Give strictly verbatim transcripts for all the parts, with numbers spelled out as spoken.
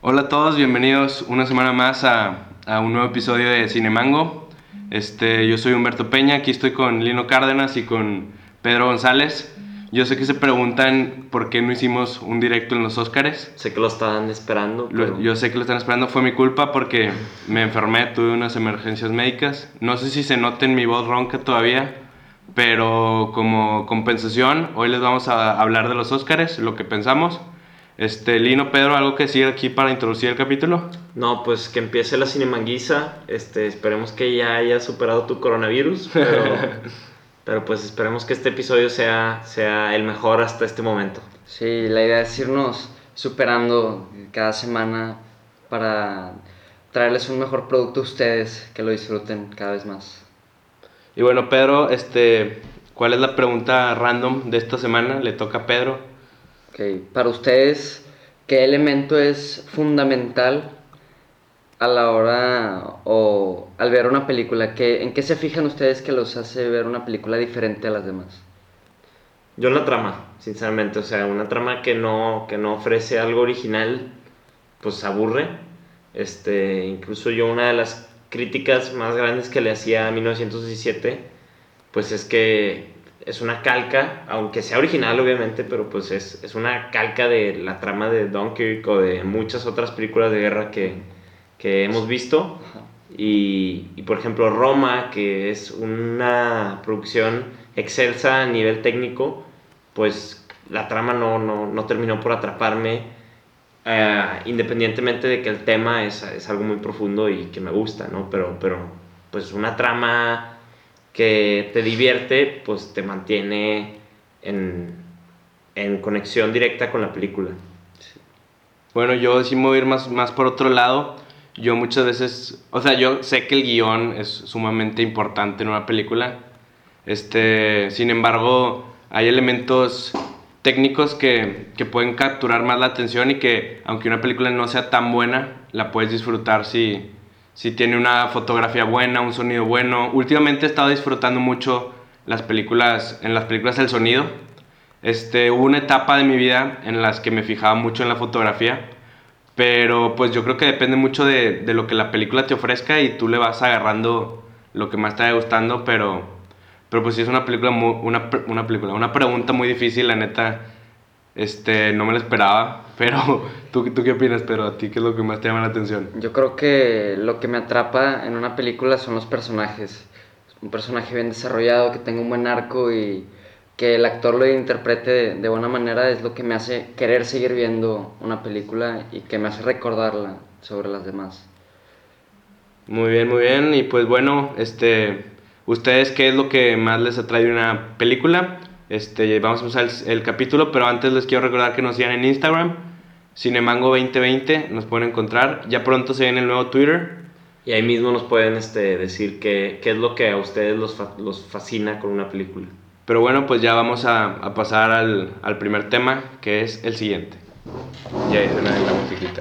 Hola a todos, bienvenidos una semana más a, a un nuevo episodio de Cinemango. Este, yo soy Humberto Peña, aquí estoy con Lino Cárdenas y con Pedro González. Yo sé que se preguntan por qué no hicimos un directo en los Óscares. Sé que lo estaban esperando, Lo- pero... Yo sé que lo están esperando, fue mi culpa porque me enfermé, tuve unas emergencias médicas. No sé si se nota en mi voz ronca todavía, pero como compensación, hoy les vamos a hablar de los Óscares, lo que pensamos. Este, Lino, Pedro, ¿algo que decir aquí para introducir el capítulo? No, pues que empiece la cinemanguiza. Este, esperemos que ya hayas superado tu coronavirus, pero, pero pues esperemos que este episodio sea, sea el mejor hasta este momento. Sí, la idea es irnos superando cada semana para traerles un mejor producto a ustedes, que lo disfruten cada vez más. Y bueno, Pedro, este, ¿cuál es la pregunta random de esta semana? Le toca a Pedro. Okay. Para ustedes, ¿qué elemento es fundamental a la hora o al ver una película? ¿Qué, ¿En qué se fijan ustedes que los hace ver una película diferente a las demás? Yo en la trama, sinceramente, o sea, una trama que no, que no ofrece algo original, pues aburre. Este, incluso yo una de las críticas más grandes que le hacía a mil novecientos diecisiete, pues es que es una calca, aunque sea original obviamente, pero pues es, es una calca de la trama de Dunkirk o de muchas otras películas de guerra que, que hemos visto. Y, y por ejemplo Roma, que es una producción excelsa a nivel técnico, pues la trama no, no, no terminó por atraparme, eh, independientemente de que el tema es, es algo muy profundo y que me gusta, ¿no? Pero, pero pues una trama que te divierte, pues te mantiene en, en conexión directa con la película. Bueno, yo sí me voy a ir más, más por otro lado. Yo muchas veces, o sea, yo sé que el guión es sumamente importante en una película. Este, sin embargo, hay elementos técnicos que, que pueden capturar más la atención y que, aunque una película no sea tan buena, la puedes disfrutar si, si tiene una fotografía buena, un sonido bueno. Últimamente he estado disfrutando mucho las películas, en las películas el sonido. Este, hubo una etapa de mi vida en las que me fijaba mucho en la fotografía, pero pues yo creo que depende mucho de, de lo que la película te ofrezca y tú le vas agarrando lo que más te vaya gustando, pero, pero pues sí es una película, muy, una, una película, una pregunta muy difícil, la neta, este, no me la esperaba, pero ¿tú, tú qué opinas, Pedro? ¿A ti qué es lo que más te llama la atención? Yo creo que lo que me atrapa en una película son los personajes. Un personaje bien desarrollado, que tenga un buen arco y que el actor lo interprete de, de buena manera es lo que me hace querer seguir viendo una película y que me hace recordarla sobre las demás. Muy bien, muy bien, y pues bueno, este, ¿ustedes qué es lo que más les atrae de una película? Este, vamos a empezar el, el capítulo, pero antes les quiero recordar que nos sigan en Instagram, Cinemango veinte veinte, nos pueden encontrar. Ya pronto se viene el nuevo Twitter. Y ahí mismo nos pueden este, decir qué, qué es lo que a ustedes los, fa- los fascina con una película. Pero bueno, pues ya vamos a, a pasar al, al primer tema, que es el siguiente. Y ahí suena la musiquita.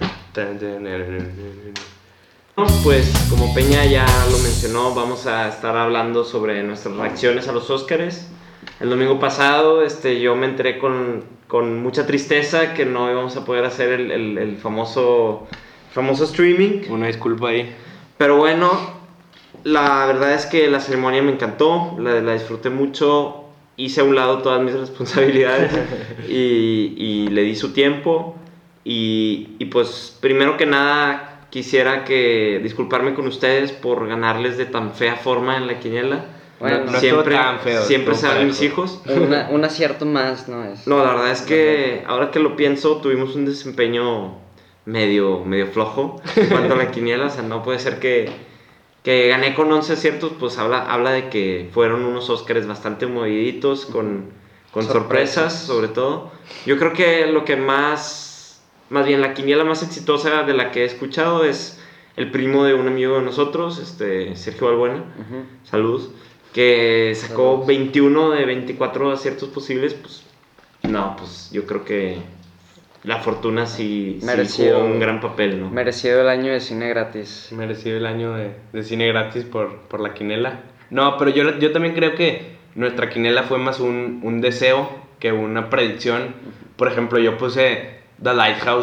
No, pues como Peña ya lo mencionó, vamos a estar hablando sobre nuestras reacciones a los Óscares. El domingo pasado este, yo me enteré con, con mucha tristeza que no íbamos a poder hacer el, el, el famoso, famoso streaming. Una disculpa ahí. Pero bueno, la verdad es que la ceremonia me encantó, la, la disfruté mucho, hice a un lado todas mis responsabilidades y, y le di su tiempo. Y, y pues primero que nada quisiera que disculparme con ustedes por ganarles de tan fea forma en la quiniela. Bueno, no, no siempre estuvo tan feo, siempre estuvo saben mis parejo. hijos. Una, un acierto más, ¿no es? No, la verdad es que ahora que lo pienso, tuvimos un desempeño medio, medio flojo en cuanto a la quiniela. O sea, no puede ser que, que gané con once aciertos, pues habla, habla de que fueron unos Óscares bastante moviditos, con, con sorpresas. Sorpresas. sobre todo. Yo creo que lo que más, más bien la quiniela más exitosa de la que he escuchado es el primo de un amigo de nosotros, este, Sergio Balbuena, Ujú. saludos, que sacó Saludos. veintiuno de veinticuatro aciertos posibles. Pues no, pues yo creo que la fortuna sí, sí Merecido. jugó un gran papel, ¿no? Merecido el año de cine gratis. Merecido el año de, de cine gratis por, por la quinela. No, pero yo, yo también creo que nuestra quinela fue más un, un deseo que una predicción. Por ejemplo, yo puse The Lighthouse,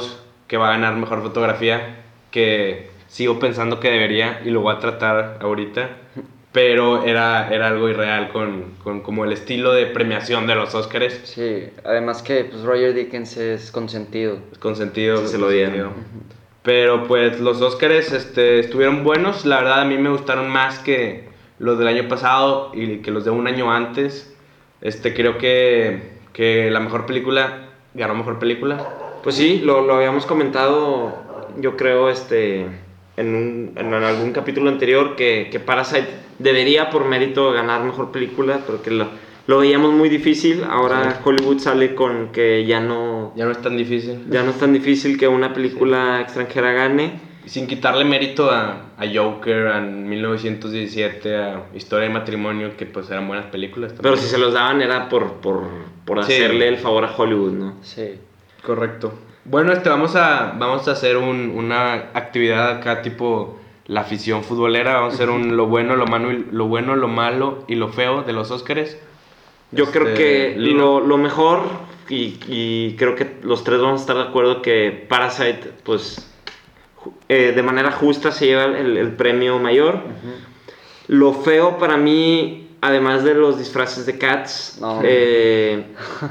que va a ganar mejor fotografía, que sigo pensando que debería y lo voy a tratar ahorita, pero era, era algo irreal con, con como el estilo de premiación de los Óscares. Sí, además que pues, Roger Dickens es consentido. Consentido, Sí, se lo dieron. consentido. Pero pues los Óscares este, estuvieron buenos, la verdad a mí me gustaron más que los del año pasado y que los de un año antes. Este, creo que, que la mejor película ganó mejor película. Pues sí, lo, lo habíamos comentado, yo creo, este, en, un, en algún capítulo anterior, que, que Parasite debería por mérito ganar mejor película, pero que lo, lo veíamos muy difícil. Ahora Sí. Hollywood sale con que ya no, Ya no es tan difícil. ya no es tan difícil que una película extranjera gane. Sin quitarle mérito a, a Joker, a mil novecientos diecisiete, a Historia de Matrimonio, que pues eran buenas películas también. Pero si se los daban era por, por, por Sí. hacerle el favor a Hollywood, ¿no? Sí. Correcto. Bueno, este, vamos a, vamos a hacer un, una actividad acá tipo la afición futbolera. Vamos a hacer un lo bueno, lo malo, y, lo bueno, lo malo y lo feo de los Óscares. Yo Este, creo que Lino. lo, lo mejor, y, y creo que los tres vamos a estar de acuerdo que Parasite, pues, ju- eh, de manera justa se lleva el, el premio mayor. Ujú. Lo feo para mí, además de los disfraces de Cats, No. eh,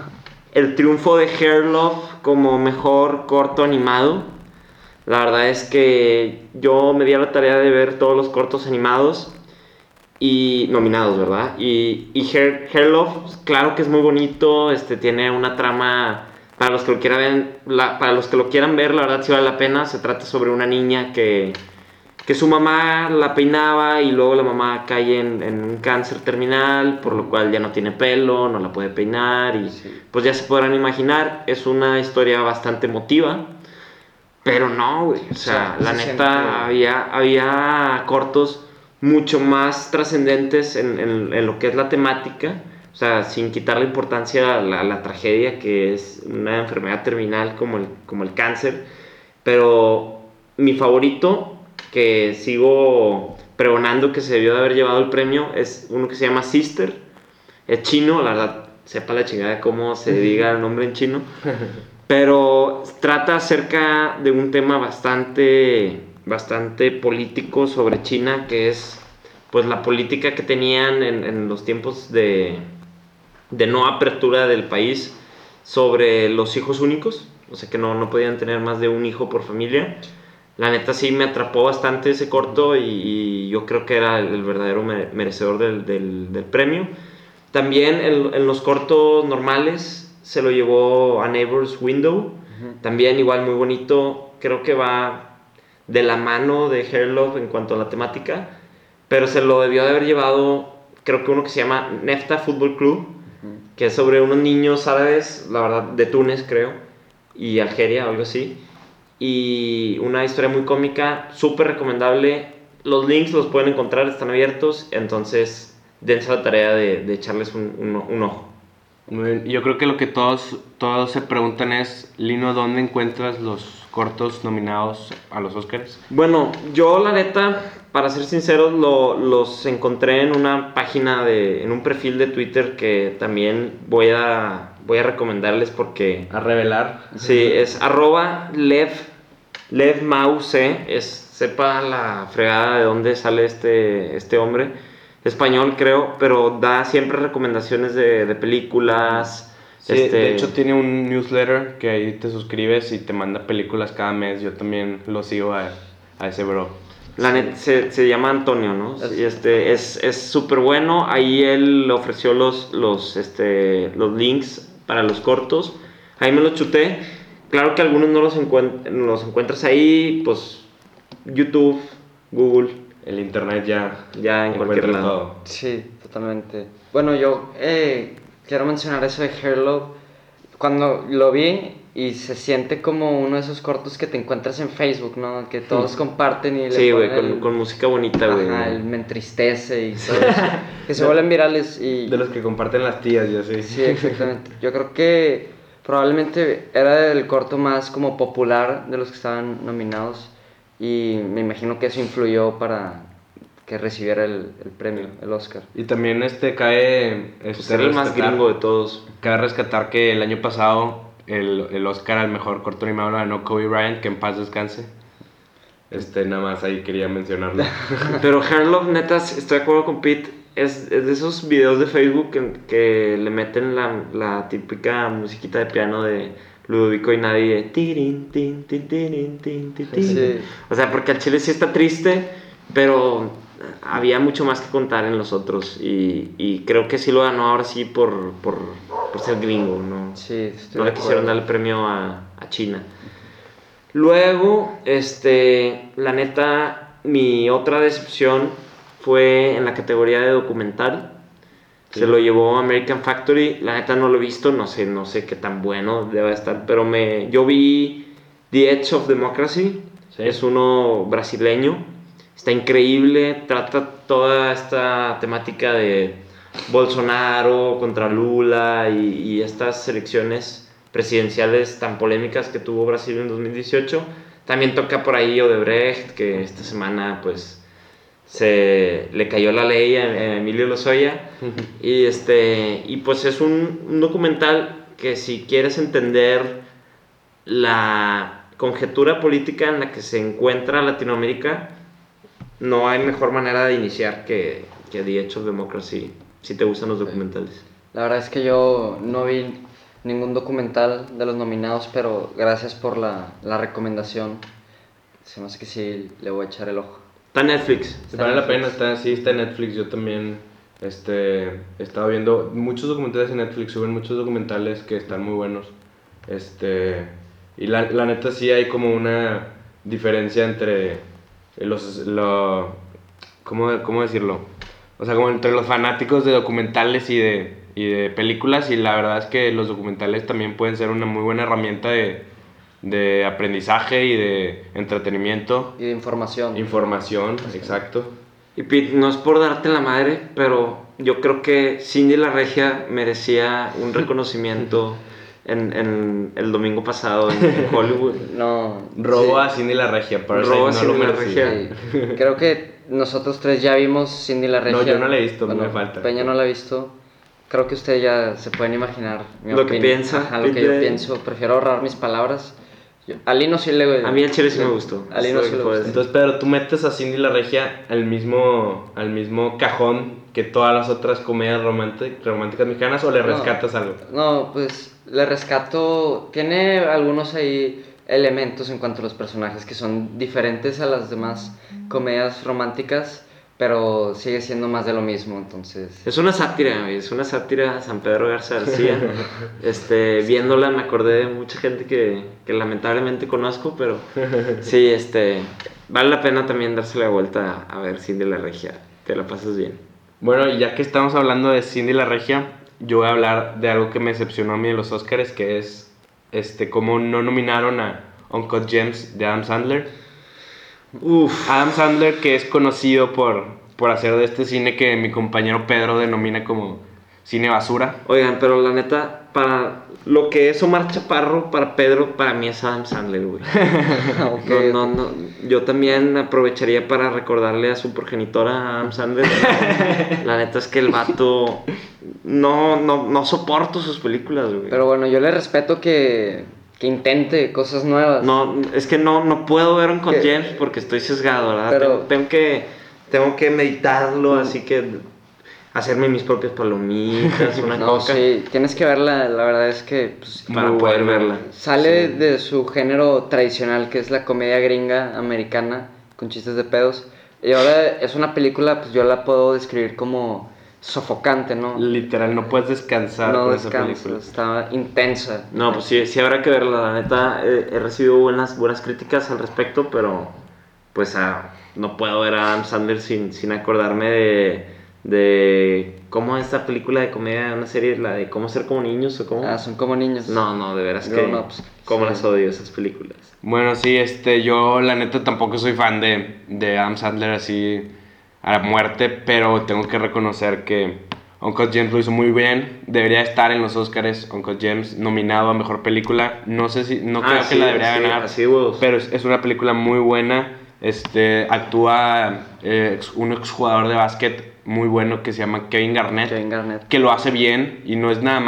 el triunfo de Hair Love como mejor corto animado. La verdad es que yo me di a la tarea de ver todos los cortos animados y nominados, ¿verdad? Y, y Hair, Hair Love, claro que es muy bonito, este, tiene una trama, para los que lo quieran ver, la, para los que lo quieran ver, la verdad sí vale la pena. Se trata sobre una niña que, que su mamá la peinaba y luego la mamá cae en, en un cáncer terminal, por lo cual ya no tiene pelo, no la puede peinar y Sí. pues ya se podrán imaginar, es una historia bastante emotiva. Pero no, güey, o sea, Sí, la se neta, siente- había, había cortos mucho más trascendentes en, en- en lo que es la temática, o sea, sin quitarle importancia a la, a la tragedia que es una enfermedad terminal como el, como el cáncer. Pero mi favorito, que sigo pregonando que se debió de haber llevado el premio, es uno que se llama Sister. Es chino, la verdad, sepa la chingada cómo se diga el nombre en chino. Pero trata acerca de un tema bastante, bastante político sobre China, que es pues la política que tenían en, en los tiempos de, de no apertura del país sobre los hijos únicos, o sea que no, no podían tener más de un hijo por familia. La neta sí me atrapó bastante ese corto y, y yo creo que era el, el verdadero mere- merecedor del, del, del premio. También en, en los cortos normales se lo llevó A Neighbor's Window. Ujú. También igual muy bonito. Creo que va de la mano de Hair Love en cuanto a la temática. Pero se lo debió de haber llevado, creo que uno que se llama Nefta Football Club, Ujú. que es sobre unos niños árabes, la verdad, de Túnez creo, y Algeria, algo así. Y una historia muy cómica, súper recomendable. Los links los pueden encontrar, están abiertos, entonces dense la tarea de, de echarles un, un, un ojo. Muy bien. Yo creo que lo que todos, todos se preguntan es, Lino, ¿dónde encuentras los cortos nominados a los Óscares? Bueno, yo la neta, para ser sinceros, lo, los encontré en una página, de, en un perfil de Twitter que también voy a, voy a recomendarles porque... A revelar. Sí, es arroba lev, levmause, es, sepa la fregada de dónde sale este, este hombre, español creo, pero da siempre recomendaciones de, de películas. Sí, este, de hecho tiene un newsletter que ahí te suscribes y te manda películas cada mes. Yo también lo sigo a, a ese bro. La net, se, se llama Antonio, ¿no? Así. Sí, este, es súper bueno. Ahí él le ofreció los, los, este, los links para los cortos. Ahí me los chuté. Claro que algunos no los, encuent los encuentras ahí, pues YouTube, Google, El internet ya, ya en cualquier encuentra lado. todo. Sí, totalmente. Bueno, yo eh, quiero mencionar eso de Hair Love. Cuando lo vi y se siente como uno de esos cortos que te encuentras en Facebook, ¿no? Que todos comparten y le Sí, güey, ponen con, el- con música bonita, güey. Ajá, el me entristece y todo eso. Que se vuelven virales y... De los que comparten las tías y así. Sí, exactamente. Yo creo que probablemente era el corto más como popular de los que estaban nominados y me imagino que eso influyó para que recibiera el, el premio, el Oscar. Y también este cae... Este, Pues era el más rescatar- gringo de todos. Cabe rescatar que el año pasado el, el Oscar al mejor corto animado lo ganó Kobe Bryant, que en paz descanse. Este, nada más ahí quería mencionarlo. Pero Hair Love, neta, estoy de acuerdo con Pete. Es, es de esos videos de Facebook que, que le meten la, la típica musiquita de piano de Ludovico Einaudi de tirin, tin, tin, tirin, tin, tin, tin. Sí. O sea, porque al chile sí está triste, pero había mucho más que contar en los otros. Y, y creo que sí lo ganó ahora sí por, por, por ser gringo, ¿no? Sí, estoy No de le quisieron acuerdo. dar el premio a, a China. Luego, este, la neta, mi otra decepción fue en la categoría de documental. Sí. Se lo llevó American Factory. La neta no lo he visto, no sé, no sé qué tan bueno debe estar, pero me, yo vi The Edge of Democracy. Sí. Es uno brasileño. Está increíble, trata toda esta temática de Bolsonaro contra Lula y, y estas elecciones presidenciales tan polémicas que tuvo Brasil en dos mil dieciocho. También toca por ahí Odebrecht, que esta semana pues se le cayó la ley a Emilio Lozoya. y, este, y pues es un, un documental que si quieres entender la conjetura política en la que se encuentra Latinoamérica, no hay mejor manera de iniciar que, que The Edge of Democracy, si te gustan los documentales. La verdad es que yo no vi ningún documental de los nominados, pero gracias por la, la recomendación. Se me hace que sí le voy a echar el ojo. Está en Netflix. Sí, vale la pena, está, sí, está en Netflix. Yo también este, he estado viendo muchos documentales en Netflix, suben muchos documentales que están muy buenos. Este, y la, la neta sí hay como una diferencia entre los, lo, ¿cómo, cómo decirlo? O sea, como entre los fanáticos de documentales y de, y de películas, y la verdad es que los documentales también pueden ser una muy buena herramienta de, de aprendizaje y de entretenimiento. Y de información. Información, exacto. Y Pete, no es por darte la madre, pero yo creo que Cindy la Regia merecía un reconocimiento en, en el domingo pasado en, en Hollywood. No. Robo sí. a Cindy la Regia, pero Robo a no Cindy lo la merecía. Regia. Sí. Creo que nosotros tres ya vimos Cindy la Regia. No, yo no la he visto, Bueno, me falta. Peña no la ha visto. Creo que ustedes ya se pueden imaginar mi Lo que opinión. piensa, Ajá, lo que yo Pete. pienso. Prefiero ahorrar mis palabras. Yo, a Lino sí le... A mí el chile sí me gustó. A Lino Eso sí que le puedo gustó. decir. Entonces, pero tú metes a Cindy la Regia al mismo, al mismo cajón que todas las otras comedias romántic- románticas mexicanas, o le No. rescatas algo. No, pues le rescato. Tiene algunos ahí elementos en cuanto a los personajes que son diferentes a las demás comedias románticas, pero sigue siendo más de lo mismo, entonces. Es una sátira, güey, es una sátira a San Pedro Garza García. este, viéndola me acordé de mucha gente que, que lamentablemente conozco, pero sí, este, vale la pena también darse la vuelta a ver Cindy la Regia. Te la pasas bien. Bueno, y ya que estamos hablando de Cindy la Regia, yo voy a hablar de algo que me decepcionó a mí de los Oscars, que es este cómo no nominaron a Uncut Gems de Adam Sandler. Uf, Adam Sandler, que es conocido por, por hacer de este cine que mi compañero Pedro denomina como cine basura. oigan, pero la neta, para lo que es Omar Chaparro, para Pedro, para mí es Adam Sandler, güey. Ok, No, no, no. Yo también aprovecharía para recordarle a su progenitora, Adam Sandler. La neta es que el vato. No, no, no soporto sus películas, güey. Pero bueno, yo le respeto que, que intente cosas nuevas. No, es que no, no puedo ver un con ¿Qué? James porque estoy sesgado, ¿verdad? Pero- Tengo, tengo que, tengo que meditarlo, así que hacerme mis propias palomitas, una No, coca. sí, tienes que verla, la verdad es que pues, Para Muy poder buena. verla. sale Sí. de su género tradicional, que es la comedia gringa americana, con chistes de pedos. Y ahora es una película, pues yo la puedo describir como sofocante, ¿no? Literal, no puedes descansar No con esa descansa, película. está intensa. No, pues sí, sí habrá que verla, la neta. eh, he recibido buenas, buenas críticas al respecto, pero pues ah, no puedo ver a Adam Sandler sin, sin acordarme de, de cómo esta película de comedia, una serie, la de cómo ser como niños o cómo. Ah, son como niños. No, no, de veras que Grown Ups. cómo Sí. las odio esas películas. Bueno, sí, este, yo la neta tampoco soy fan de, de Adam Sandler así a la muerte, pero tengo que reconocer que Uncut Gems lo hizo muy bien. Debería estar en los Oscars, Uncut Gems, nominado a Mejor Película. No sé si, no Ah, creo sí, que la debería sí, ganar, así de huevos. pero es, es una película muy buena. Este, actúa eh, ex- un exjugador de básquet muy bueno que se llama Kevin Garnett, Kevin Garnett. que lo hace bien y no es nada más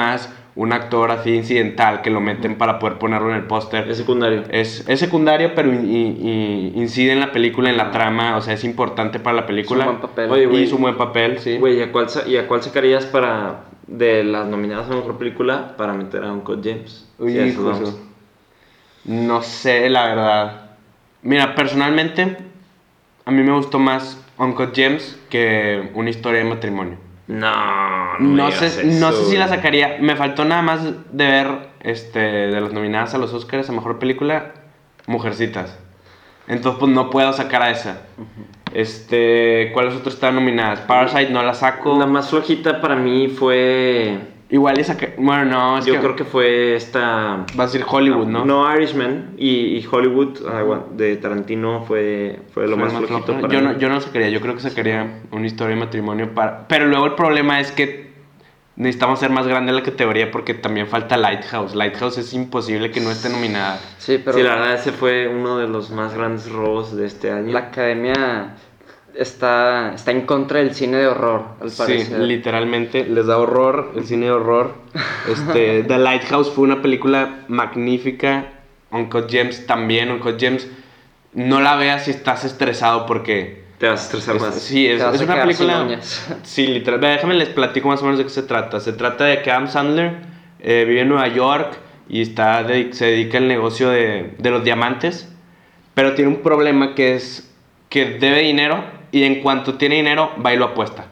un actor así incidental que lo meten para poder ponerlo en el póster. Es secundario. Es, es secundario, pero in- in- in- incide en la película, en la trama, o sea, es importante para la película. Es un buen papel. Oye, Y güey. es un buen papel, sí. Güey, ¿y a cuál, sa- y a cuál sacarías para de las nominadas a mejor película para meter a Uncut James? Uy, Sí, a eso hijo, vamos. eso. No sé, la verdad. Mira, personalmente, a mí me gustó más Uncut Gems que Una historia de matrimonio. No, no, No me sé, digas no eso, sé si la güey. sacaría. Me faltó nada más de ver este, de las nominadas a los Oscars a mejor película, Mujercitas. Entonces, pues no puedo sacar a esa. Este, ¿cuáles otras están nominadas? Parasite no la saco. La más flojita para mí fue. Igual y saqué. Bueno, no, es Yo que creo que fue esta. va a ser Hollywood, ¿no? No, Irishman y, y Hollywood ah, bueno, de Tarantino fue, fue lo Fue más más flojito flojo. para yo mí. no, yo no sacaría, yo creo que sacaría Una historia de matrimonio para. Pero luego el problema es que necesitamos ser más grande la categoría porque también falta Lighthouse. Lighthouse es imposible que no esté nominada. Sí, pero Sí, la verdad, ese fue uno de los más grandes robos de este año. la academia está, está en contra del cine de horror, al Sí, parecer. literalmente les da horror, el cine de horror. Este, The Lighthouse fue una película magnífica. Uncut Gems también. Uncut Gems, no la veas si estás estresado porque Te vas a estresar es- más. sí, es, Te vas es a una quedar sin película. uñas. Sí, literal. Ve, déjame les platico más o menos de qué se trata. Se trata de que Adam Sandler eh, vive en Nueva York y está de- se dedica al negocio de, de los diamantes, pero tiene un problema que es que debe dinero y en cuanto tiene dinero va y lo apuesta.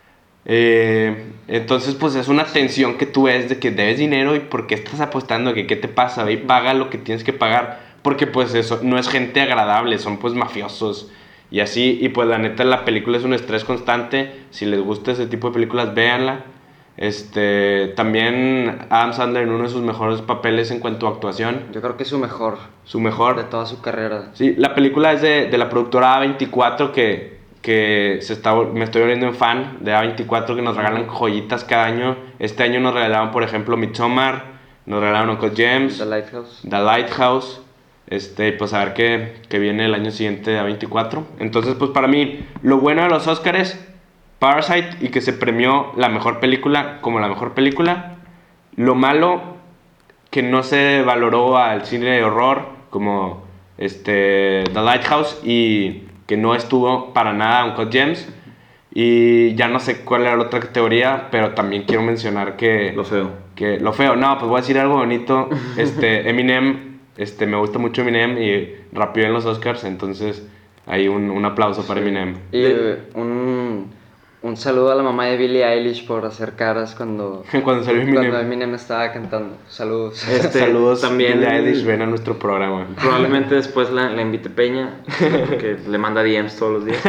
Eh, entonces, pues es una tensión que tú ves de que debes dinero y por qué estás apostando, que qué te pasa, ve y paga lo que tienes que pagar, porque pues eso no es gente agradable, son pues mafiosos y así, y pues la neta la película es un estrés constante. Si les gusta ese tipo de películas, véanla. Este, también Adam Sandler en uno de sus mejores papeles en cuanto a actuación, Yo creo que es su mejor su mejor. de toda su carrera. Sí, la película es de, de la productora A veinticuatro que, que se está, vol- me estoy volviendo un fan de A veinticuatro que nos regalan joyitas cada año. Este año nos regalaban, por ejemplo, Midsommar, nos regalaron Uncut Gems, The Lighthouse. The Lighthouse, este, pues a ver qué, qué viene el año siguiente de A veinticuatro. Entonces, pues para mí, lo bueno de los Oscars, Parasite y que se premió la mejor película como la mejor película. Lo malo, que no se valoró al cine de horror como este, The Lighthouse y que no estuvo para nada Uncut Gems. Y ya no sé cuál era la otra categoría, pero también quiero mencionar que... Lo feo. Que lo feo, no, pues voy a decir algo bonito. Este, Eminem, este, me gusta mucho Eminem y rapeó en los Oscars, entonces hay un, un aplauso para Eminem. Y De- eh, un, un saludo a la mamá de Billie Eilish por hacer caras cuando, Cuando salió Eminem. cuando Eminem estaba cantando. Saludos. Este, Saludos, también- Billie Eilish, ven a nuestro programa. Probablemente después la, la invite Peña, porque le manda D Ms todos los días.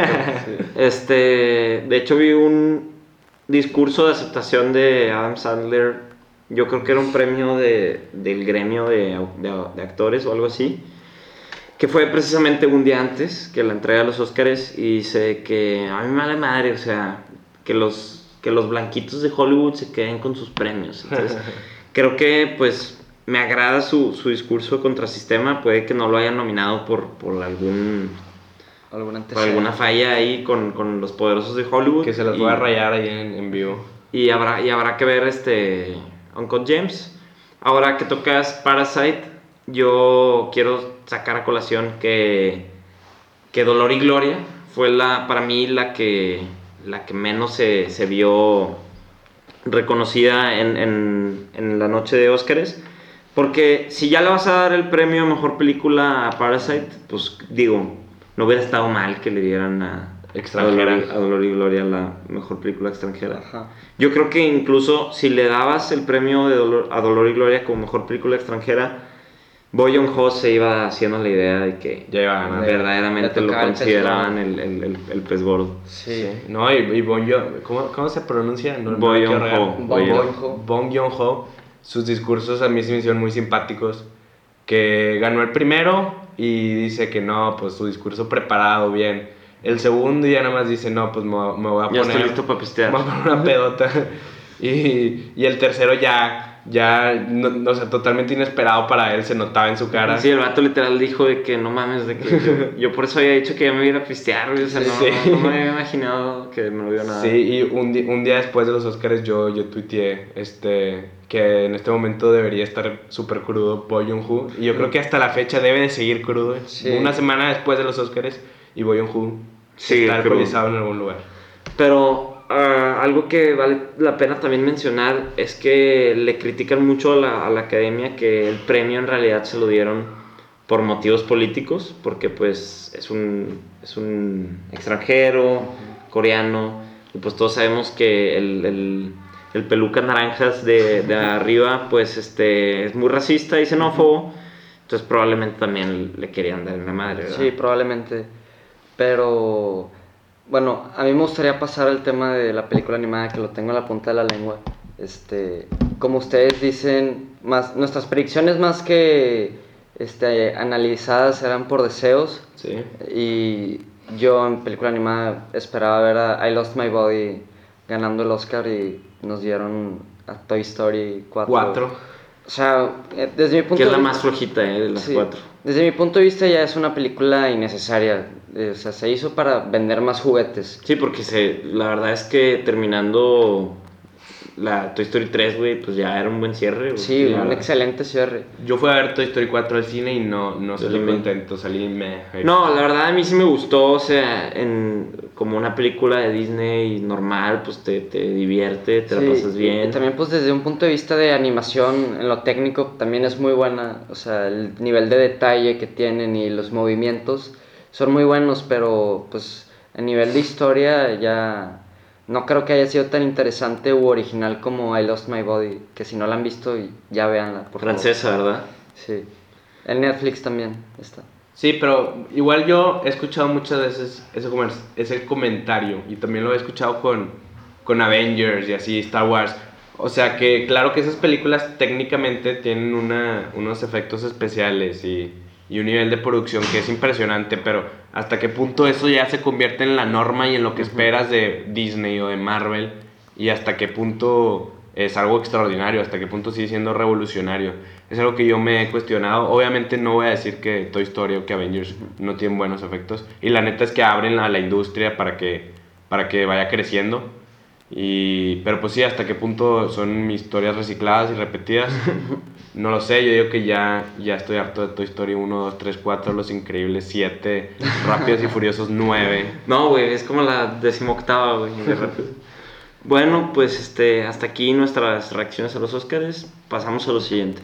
Este, de hecho vi un discurso de aceptación de Adam Sandler. Yo creo que era un premio de, del gremio de, au- de, de actores o algo así. Que fue precisamente un día antes que la entrega de los Oscars y dice que a mí me vale madre, o sea, que los, que los blanquitos de Hollywood se queden con sus premios. Entonces, creo que pues me agrada su, su discurso contra sistema. Puede que no lo hayan nominado por, por algún ¿Alguna por alguna falla ahí con, con los poderosos de Hollywood. Que se las y, voy a rayar ahí en, en vivo. y habrá, y habrá que ver este Uncut James. Ahora que tocas Parasite, yo quiero sacar a colación que, que Dolor y Gloria fue la, para mí la que, la que menos se, se vio reconocida en, en, en la noche de Óscares. Porque si ya le vas a dar el premio a mejor película a Parasite, pues digo, no hubiera estado mal que le dieran a, Extranjera. a, Dolor, a Dolor y Gloria la mejor película extranjera. Ajá. Yo creo que incluso si le dabas el premio de Dolor, a Dolor y Gloria como mejor película extranjera, Bong Joon-ho se iba haciendo la idea de que Ya iba a ganar. Le verdaderamente lo tocaba el pez consideraban gordo. el, el, el, el pez gordo. Sí. No, y, y Bong Joon- ¿cómo, ¿cómo se pronuncia? No, no Bong quiero Joon-ho. regar. Bong Oye, Joon-ho. Bong Joon-ho, sus discursos a mí se me hicieron muy simpáticos. Que ganó el primero y dice que no, pues su discurso preparado, bien. El segundo ya nada más dice, no, pues me, me voy a Ya poner... estoy listo para pistear. me voy a poner una pedota. y, y el tercero ya ya, no, no, o sea, totalmente inesperado para él, se notaba en su cara. Sí, el vato literal dijo de que no mames, de que yo, yo por eso había dicho que ya me iba a pistear, güey, o sea, no, Sí. no, no me había imaginado que me lo iba a nada. Sí, y un, di- un día después de los Oscars yo, yo tuiteé este, que en este momento debería estar súper crudo Bo Joon-ho, y yo creo que hasta la fecha debe de seguir crudo. Sí. Una semana después de los Oscars y Bo Joon-ho Sí, está crudo. alcoholizado en algún lugar. Pero uh, algo que vale la pena también mencionar es que le critican mucho a la, a la academia que el premio en realidad se lo dieron por motivos políticos, porque pues es un, es un extranjero, coreano, y pues todos sabemos que el, el, el peluca naranjas de, de arriba pues este, es muy racista y xenófobo, entonces probablemente también le querían dar una madre, ¿verdad? Sí, probablemente. Pero bueno, a mí me gustaría pasar al tema de la película animada, que lo tengo en la punta de la lengua. Este, como ustedes dicen, más nuestras predicciones más que este, analizadas eran por deseos. Sí. Y yo en película animada esperaba ver a I Lost My Body ganando el Oscar y nos dieron a Toy Story cuatro. Cuatro. O sea, eh, desde mi punto Que es de la vista... más flojita eh, de las Sí. cuatro. Desde mi punto de vista ya es una película innecesaria. Eh, o sea, se hizo para vender más juguetes. Sí, porque se, la verdad es que terminando la Toy Story tres, güey, pues ya era un buen cierre. Güey. Sí, La un verdad. excelente cierre. Yo fui a ver Toy Story cuatro al cine y no, no Yo salí también. contento, salí me... No, la verdad a mí sí me gustó, o sea, en, como una película de Disney normal, pues te, te divierte, te Sí, la pasas y- bien. Y también pues desde un punto de vista de animación, en lo técnico también es muy buena. O sea, el nivel de detalle que tienen y los movimientos son muy buenos, pero pues a nivel de historia ya no creo que haya sido tan interesante u original como I Lost My Body, que si no la han visto ya véanla, por favor. Francesa, ¿verdad? Sí. En Netflix también está. Sí, pero igual yo he escuchado muchas veces ese, comer- ese comentario y también lo he escuchado con, con Avengers y así, Star Wars. O sea que claro que esas películas técnicamente tienen una, unos efectos especiales y, y un nivel de producción que es impresionante, pero hasta qué punto eso ya se convierte en la norma y en lo que esperas de Disney o de Marvel, y hasta qué punto es algo extraordinario, hasta qué punto sigue siendo revolucionario. Es algo que yo me he cuestionado. Obviamente no voy a decir que Toy Story o que Avengers no tienen buenos efectos, y la neta es que abren a la industria para que, para que vaya creciendo. Y, pero pues sí, hasta qué punto son historias recicladas y repetidas, no lo sé. Yo digo que ya, ya estoy harto de Toy Story uno, dos, tres, cuatro, Los Increíbles siete, Rápidos y Furiosos nueve. No, güey, es como la decimoctava, güey, de Rápido. Bueno, pues este, hasta aquí nuestras reacciones a los Oscars. Pasamos a lo siguiente.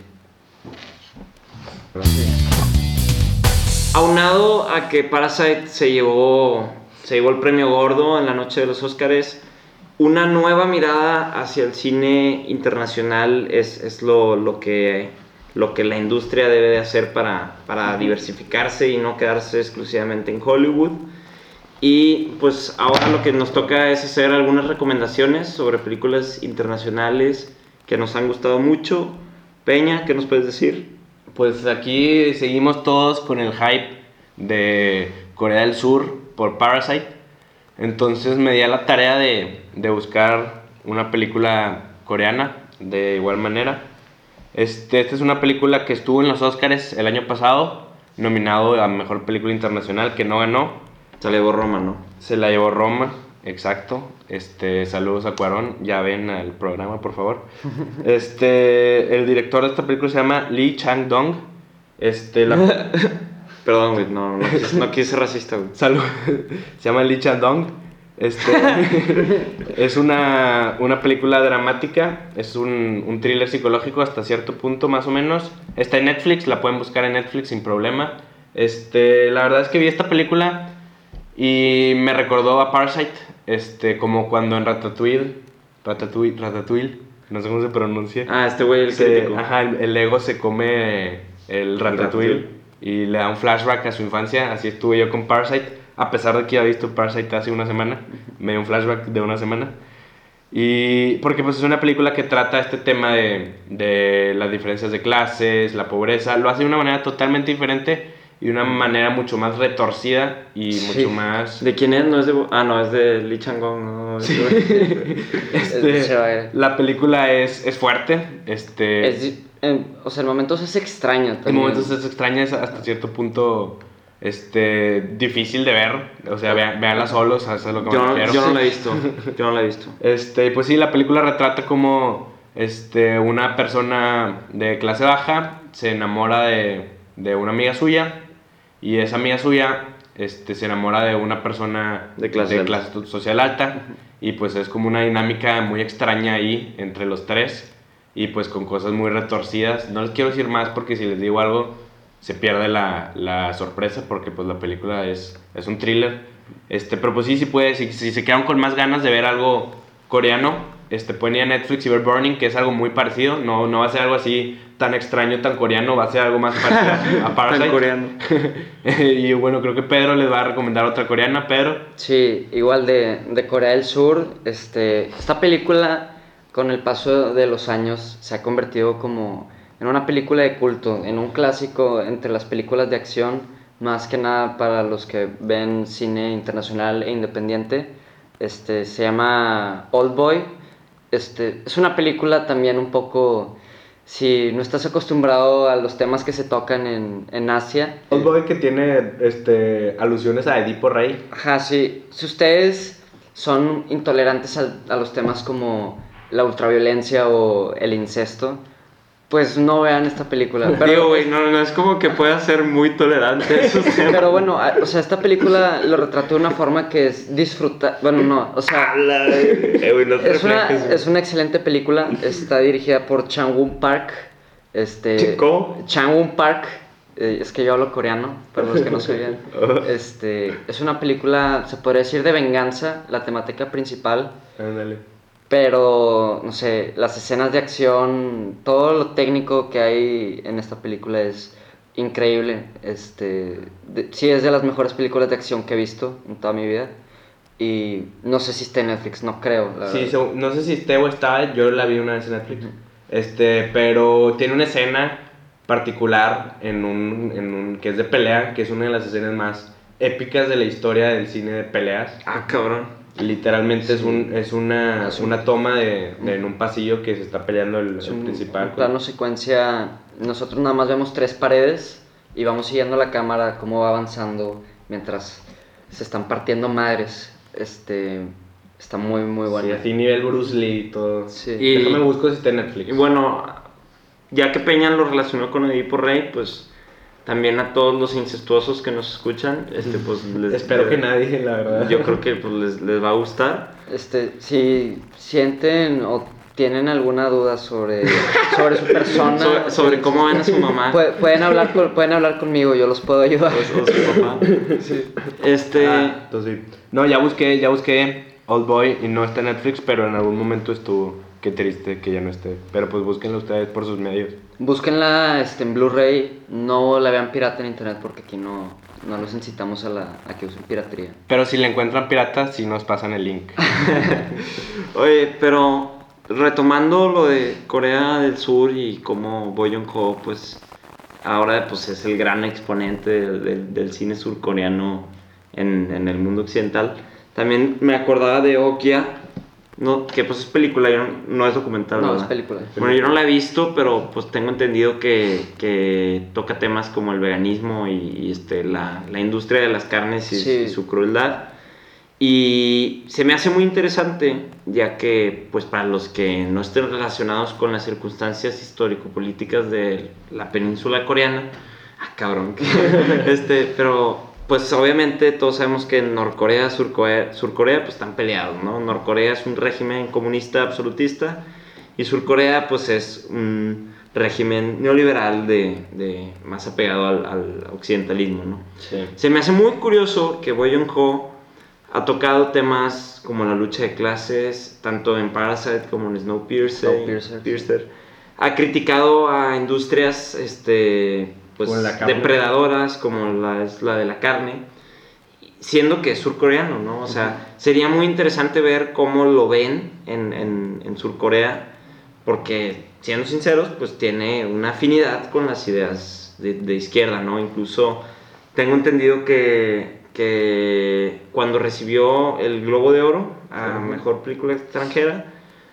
Aunado a que Parasite se llevó, se llevó el premio gordo en la noche de los Oscars, una nueva mirada hacia el cine internacional es, es lo, lo, que, lo que la industria debe de hacer para, para diversificarse y no quedarse exclusivamente en Hollywood. Y pues ahora lo que nos toca es hacer algunas recomendaciones sobre películas internacionales que nos han gustado mucho. Peña, ¿qué nos puedes decir? Pues aquí seguimos todos con el hype de Corea del Sur por Parasite. Entonces me di a la tarea de, de buscar una película coreana de igual manera. Este, esta es una película que estuvo en los Oscars el año pasado, nominado a Mejor Película Internacional, que no ganó. Se le llevó Roma, ¿no? Se la llevó Roma, exacto. Este, saludos a Cuarón, ya ven al programa, por favor. Este, el director de esta película se llama Lee Chang-dong. Este, la... Perdón, güey, no, no, quise, no quise ser racista, güey. Salud. Se llama Lee Chang-dong. Este, es una, una película dramática, es un, un thriller psicológico hasta cierto punto, más o menos. Está en Netflix, la pueden buscar en Netflix sin problema. Este, la verdad es que vi esta película y me recordó a Parasite, este, como cuando en Ratatouille, Ratatouille, Ratatouille, no sé cómo se pronuncia. Ah, este güey, el se, crítico. Ajá, el, el ego se come el Ratatouille, Ratatouille. y le da un flashback a su infancia. Así estuve yo con Parasite, a pesar de que había visto Parasite hace una semana, me dio un flashback de una semana. Y porque pues es una película que trata este tema de, de las diferencias de clases, la pobreza, lo hace de una manera totalmente diferente y de una manera mucho más retorcida y Sí. mucho más... ¿De quién es? No es de... Ah, no, es de Lee Chang-gong, ¿no? Este, Se va a ir. la película es, es fuerte, este, Es di- en- o sea, en momentos es extraña en también. momentos es extraña, es hasta cierto punto este, difícil de ver, o sea, vean, veanla solos, ¿sabes a lo que Yo, me no- refiero? yo no la he visto. Yo no la he visto. Este, pues sí, la película retrata como este, una persona de clase baja se enamora de, de una amiga suya y esa amiga suya este, se enamora de una persona De clase alta. clase social alta y pues es como una dinámica muy extraña ahí entre los tres y pues con cosas muy retorcidas. No les quiero decir más porque si les digo algo se pierde la, la sorpresa porque pues la película es, es un thriller. Este, pero pues sí, sí puede, si, si se quedan con más ganas de ver algo coreano, este, pueden ir a Netflix y ver Burning, que es algo muy parecido, no, no va a ser algo así tan extraño, tan coreano, va a ser algo más parecido a Parasite. Tan coreano. Y bueno, creo que Pedro les va a recomendar otra coreana, Pedro. Sí, igual de, de Corea del Sur, este, esta película con el paso de los años se ha convertido como en una película de culto, en un clásico entre las películas de acción, más que nada para los que ven cine internacional e independiente. Este, se llama Oldboy. Este, es una película también un poco, si no estás acostumbrado a los temas que se tocan en, en Asia. Oldboy que tiene este, alusiones a Edipo Rey. Ajá, sí. Si ustedes son intolerantes a, a los temas como la ultraviolencia o el incesto, pues no vean esta película. Pero, Digo, güey, no, no es como que pueda ser muy tolerante a esos temas. pero bueno, a- o sea, esta película lo retrató de una forma que es disfrutar. Bueno, no, o sea, Eh, güey, no te es una, reflejes, güey. es una excelente película. Está dirigida por Chang-woon Park. Este, ¿Cómo? Chang-woon Park. Eh, es que yo hablo coreano, para los que no sabían. Este, es una película, se podría decir, de venganza, la temática principal. Ándale. Pero, no sé, las escenas de acción, todo lo técnico que hay en esta película es increíble. Este, de- sí, es de las mejores películas de acción que he visto en toda mi vida. Y no sé si está en Netflix, no creo. La Sí, verdad. so- no sé si esté o está, yo la vi una vez en Netflix. Este, pero tiene una escena particular en un, en un que es de pelea, que es una de las escenas más épicas de la historia del cine de peleas. Ah, cabrón. Literalmente es un es una, Es un- una toma de, de en un pasillo que se está peleando el, Es el un, principal. un plano secuencia. Nosotros nada más vemos tres paredes y vamos siguiendo la cámara cómo va avanzando mientras se están partiendo madres. Este, está muy, muy Sí, bueno. así nivel Bruce Lee y todo. Sí. Y- Déjame busco si está en Netflix. Y bueno, ya que Peña lo relacionó con Edipo Rey, pues también a todos los incestuosos que nos escuchan, este, pues les, Espero que nadie, la verdad. Yo creo que pues, les, les va a gustar. Este, si sienten o tienen alguna duda sobre, sobre su persona, sobre, sobre cómo ven a su mamá pu- pueden, hablar con- pueden hablar conmigo, yo los puedo ayudar. o, o su papá. Este, Ah, entonces sí. No, ya busqué, ya busqué Old Boy y no está en Netflix, pero en algún momento estuvo. Qué triste que ya no esté. Pero pues búsquenlo ustedes por sus medios. Búsquenla este, en Blu-ray, no la vean pirata en internet porque aquí no, no los incitamos a, la, a que usen piratería. Pero si le encuentran pirata, sí nos pasan el link. oye, pero retomando lo de Corea del Sur y cómo Bong Joon-ho, pues ahora pues es el gran exponente del, del- del cine surcoreano en, en el mundo occidental. También me acordaba de Okja, no, que pues es película, yo no, no es documental, No, ¿verdad? es película. Bueno, yo no la he visto, pero pues tengo entendido que, que toca temas como el veganismo y, y, este, la, la industria de las carnes y, Sí. y su crueldad. Y se me hace muy interesante, ya que pues para los que no estén relacionados con las circunstancias histórico-políticas de la península coreana, ah, cabrón, este, pero pues obviamente todos sabemos que Norcorea, Surcorea, Surcorea pues están peleados, ¿no? Norcorea es un régimen comunista absolutista y Surcorea pues es un régimen neoliberal de, de más apegado al, al occidentalismo, ¿no? Sí. Se me hace muy curioso que Bong Joon-ho ha tocado temas como la lucha de clases, tanto en Parasite como en Snowpiercer. Snowpiercer. Piercer. Ha criticado a industrias este, pues, Como la carne. depredadoras, como la, es la de la carne, siendo que es surcoreano, ¿no? O sea, sería muy interesante ver cómo lo ven en, en, en Surcorea, porque, siendo sinceros, pues tiene una afinidad con las ideas de, de izquierda, ¿no? Incluso tengo entendido que, que cuando recibió el Globo de Oro a Mejor Película Extranjera,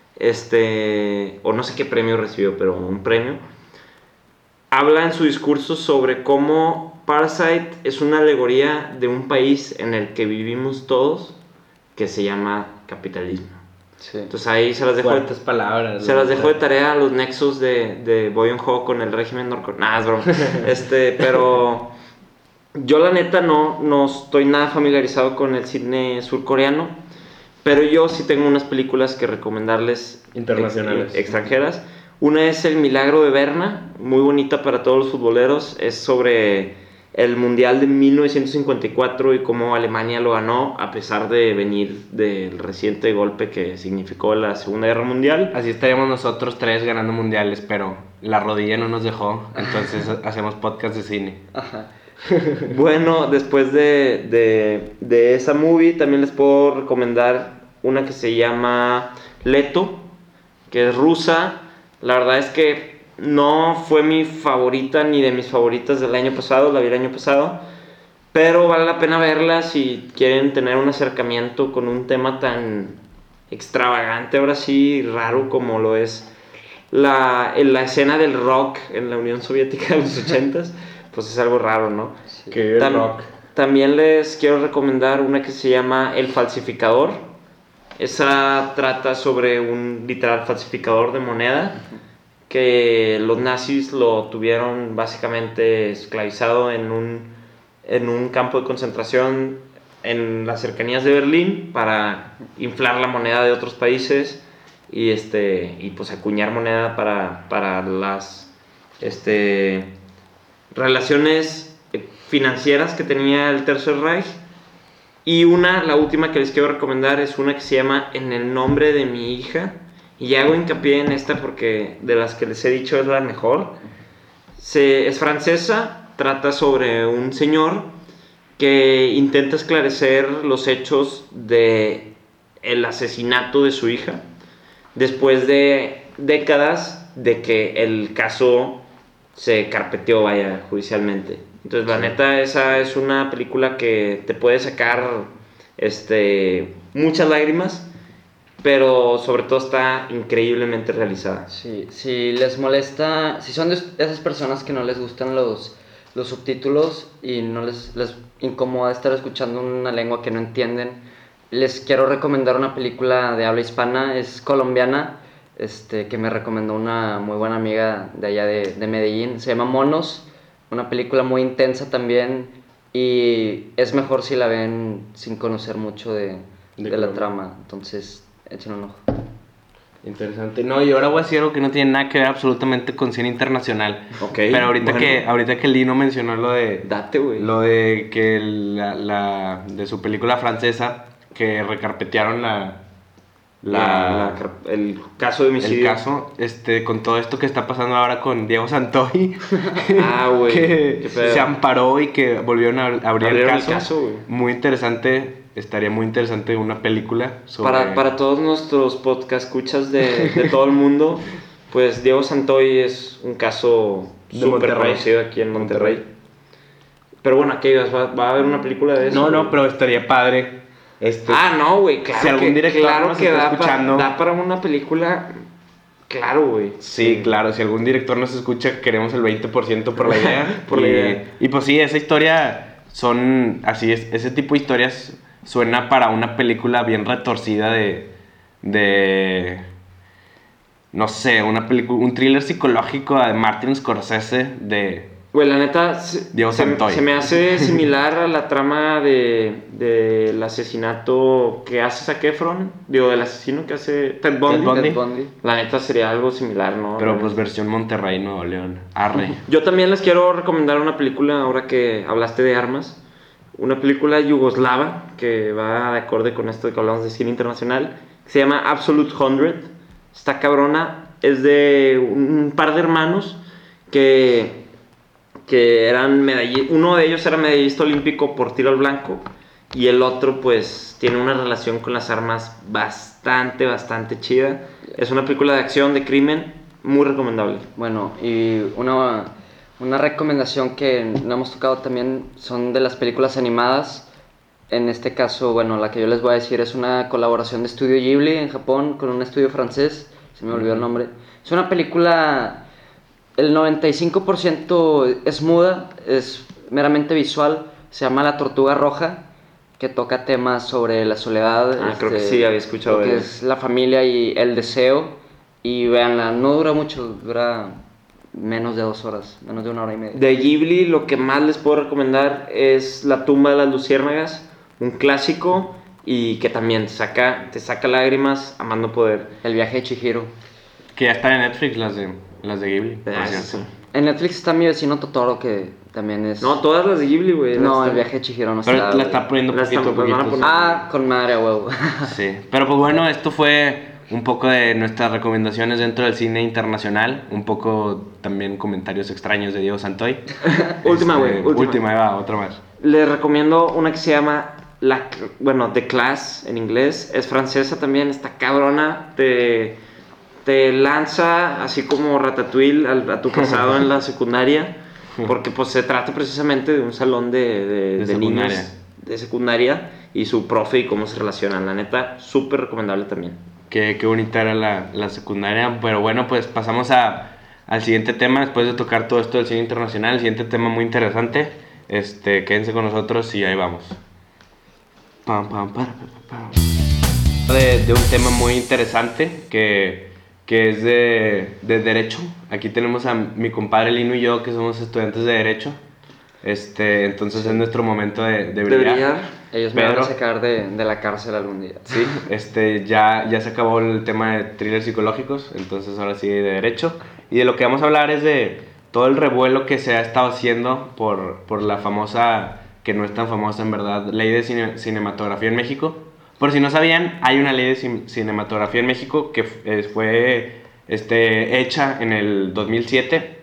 este, o no sé qué premio recibió, pero un premio, habla en su discurso sobre cómo Parasite es una alegoría de un país en el que vivimos todos, que se llama capitalismo. Sí. Entonces ahí se las dejo, Fuertes palabras. se ¿no? las dejo de tarea a los nexos de, de Bong Joon-ho con el régimen norcoreano. Nah, es broma. este, pero yo la neta no, no estoy nada familiarizado con el cine surcoreano, pero yo sí tengo unas películas que recomendarles Internacionales. ex- extranjeras. Una es El Milagro de Berna, muy bonita para todos los futboleros. Es sobre el Mundial de mil novecientos cincuenta y cuatro y cómo Alemania lo ganó a pesar de venir del reciente golpe que significó la Segunda Guerra Mundial. Así estaríamos nosotros tres ganando mundiales, pero la rodilla no nos dejó, entonces hacemos podcast de cine. Ajá. Bueno, después de, de, de esa movie también les puedo recomendar una que se llama Leto, que es rusa. La verdad es que no fue mi favorita ni de mis favoritas del año pasado, la vi el año pasado, pero vale la pena verla si quieren tener un acercamiento con un tema tan extravagante, ahora sí, raro como lo es la, en la escena del rock en la Unión Soviética de los ochentas, pues es algo raro, ¿no? Sí. Que Tam- rock. También les quiero recomendar una que se llama El Falsificador. Esa trata sobre un literal falsificador de moneda que los nazis lo tuvieron básicamente esclavizado en un, en un campo de concentración en las cercanías de Berlín para inflar la moneda de otros países y, este, y pues acuñar moneda para, para las este, relaciones financieras que tenía el Tercer Reich. Y una, la última que les quiero recomendar es una que se llama En el nombre de mi hija. Y hago hincapié en esta porque de las que les he dicho es la mejor. Se, es francesa, trata sobre un señor que intenta esclarecer los hechos de el asesinato de su hija después de décadas de que el caso se carpeteó, vaya, judicialmente. Entonces, la neta, esa es una película que te puede sacar este, muchas lágrimas, pero sobre todo está increíblemente realizada. Sí, si les molesta, si son de esas personas que no les gustan los, los subtítulos y no les, les incomoda estar escuchando una lengua que no entienden, les quiero recomendar una película de habla hispana, es colombiana, este, que me recomendó una muy buena amiga de allá de, de Medellín, se llama Monos, una película muy intensa también y es mejor si la ven sin conocer mucho de, De de la Colombia. trama, entonces échenle un ojo. Interesante. No, y ahora voy a decir algo que no tiene nada que ver absolutamente con cine internacional. Ok, Pero ahorita, bueno. que, ahorita que Lino mencionó lo de, Date, güey. lo de que la, la- de su película francesa, que recarpetearon la, la, La- la- el caso de homicidio. el caso, este, con todo esto que está pasando ahora con Diego Santoy, Ah, güey. que Qué pedo. se amparó y que volvieron a abrir Abrieron el el caso. caso, güey. Muy interesante, estaría muy interesante una película sobre... Para, para todos nuestros podcast escuchas de, de todo el mundo, pues Diego Santoy es un caso De súper Monterrey. conocido aquí en Monterrey. Pero bueno, ¿qué ibas? ¿Va, va a haber una película de eso? No, no, güey? pero estaría padre. Este, Ah, no, güey, claro. Si algún que, director claro nos que está da, pa- escuchando. da para una película. Claro, güey. Sí, claro, si algún director nos escucha, queremos el veinte por ciento por la idea. Por y, la idea. Y pues sí, esa historia son, así es, ese tipo de historias suena para una película bien retorcida de, de no sé, una película, un thriller psicológico de Martin Scorsese de... Güey, la neta, se, Diego se, Santoy. se me hace similar a la trama de del asesinato que hace Zac Efron. Digo, del asesino que hace Ted Bundy. Ted Bundy. Ted Bundy. La neta sería algo similar, ¿no? Pero La pues neta. versión Monterrey, Nuevo León. Arre. Yo también les quiero recomendar una película, ahora que hablaste de armas. Una película yugoslava que va de acorde con esto de que hablamos de cine internacional. Que se llama Absolute Hundred. Está cabrona. Es de un par de hermanos que, que eran medallistas. Uno de ellos era medallista olímpico por tiro al blanco. Y el otro, pues, tiene una relación con las armas bastante, bastante chida. Es una película de acción, de crimen, muy recomendable. Bueno, y una, Una recomendación que no hemos tocado también son de las películas animadas. En este caso, bueno, la que yo les voy a decir es una colaboración de Estudio Ghibli en Japón con un estudio francés, se me olvidó el nombre. Es una película, el noventa y cinco por ciento es muda, es meramente visual, se llama La Tortuga Roja, que toca temas sobre la soledad, Ah, creo que sí, había escuchado lo que de- es la familia y el deseo. Y véanla, no dura mucho, dura menos de dos horas, menos de una hora y media. De Ghibli, lo que más les puedo recomendar es La tumba de las luciérnagas, un clásico y que también te saca, te saca lágrimas a más no poder. El viaje de Chihiro. Que ya están en Netflix las de, las de Ghibli, por Ah, cierto. sí. En Netflix está Mi vecino Totoro, que también es... No, todas las de Ghibli, güey. No, las el están- viaje de Chihiro no Pero está. la güey. está poniendo La poquito a están- las van a poquito. poner. Ah, con madre a huevo. Sí, pero pues bueno, esto fue un poco de nuestras recomendaciones dentro del cine internacional, un poco también comentarios extraños de Diego Santoy. Última, Este, güey, última. Última, ahí va, otra más. Les recomiendo una que se llama la, bueno, The Class en inglés. Es francesa también, está cabrona. Te, te lanza así como Ratatouille al- a tu pasado en la secundaria. Porque pues se trata precisamente de un salón de, de, De de niños secundaria. de secundaria y su profe y cómo se relacionan. La neta, súper recomendable también. Qué, qué bonita era la, la secundaria, pero bueno, pues pasamos a, al siguiente tema, después de tocar todo esto del cine internacional, el siguiente tema muy interesante, este, quédense con nosotros y ahí vamos. Pam, pam, para, pa, pa, pam. De, de un tema muy interesante que, que es de, de derecho. Aquí tenemos a mi compadre Lino y yo que somos estudiantes de derecho. Este, entonces es nuestro momento de, de brillar. De brillar. Ellos me van a Pedro. sacar de, de la cárcel algún día. Sí, este, ya, ya se acabó el tema de thrillers psicológicos, entonces ahora sí de derecho. Y de lo que vamos a hablar es de todo el revuelo que se ha estado haciendo por, por la famosa, que no es tan famosa en verdad, ley de cine- cinematografía en México. Por si no sabían, hay una ley de cin- cinematografía en México que f- eh, fue este, hecha en el dos mil siete.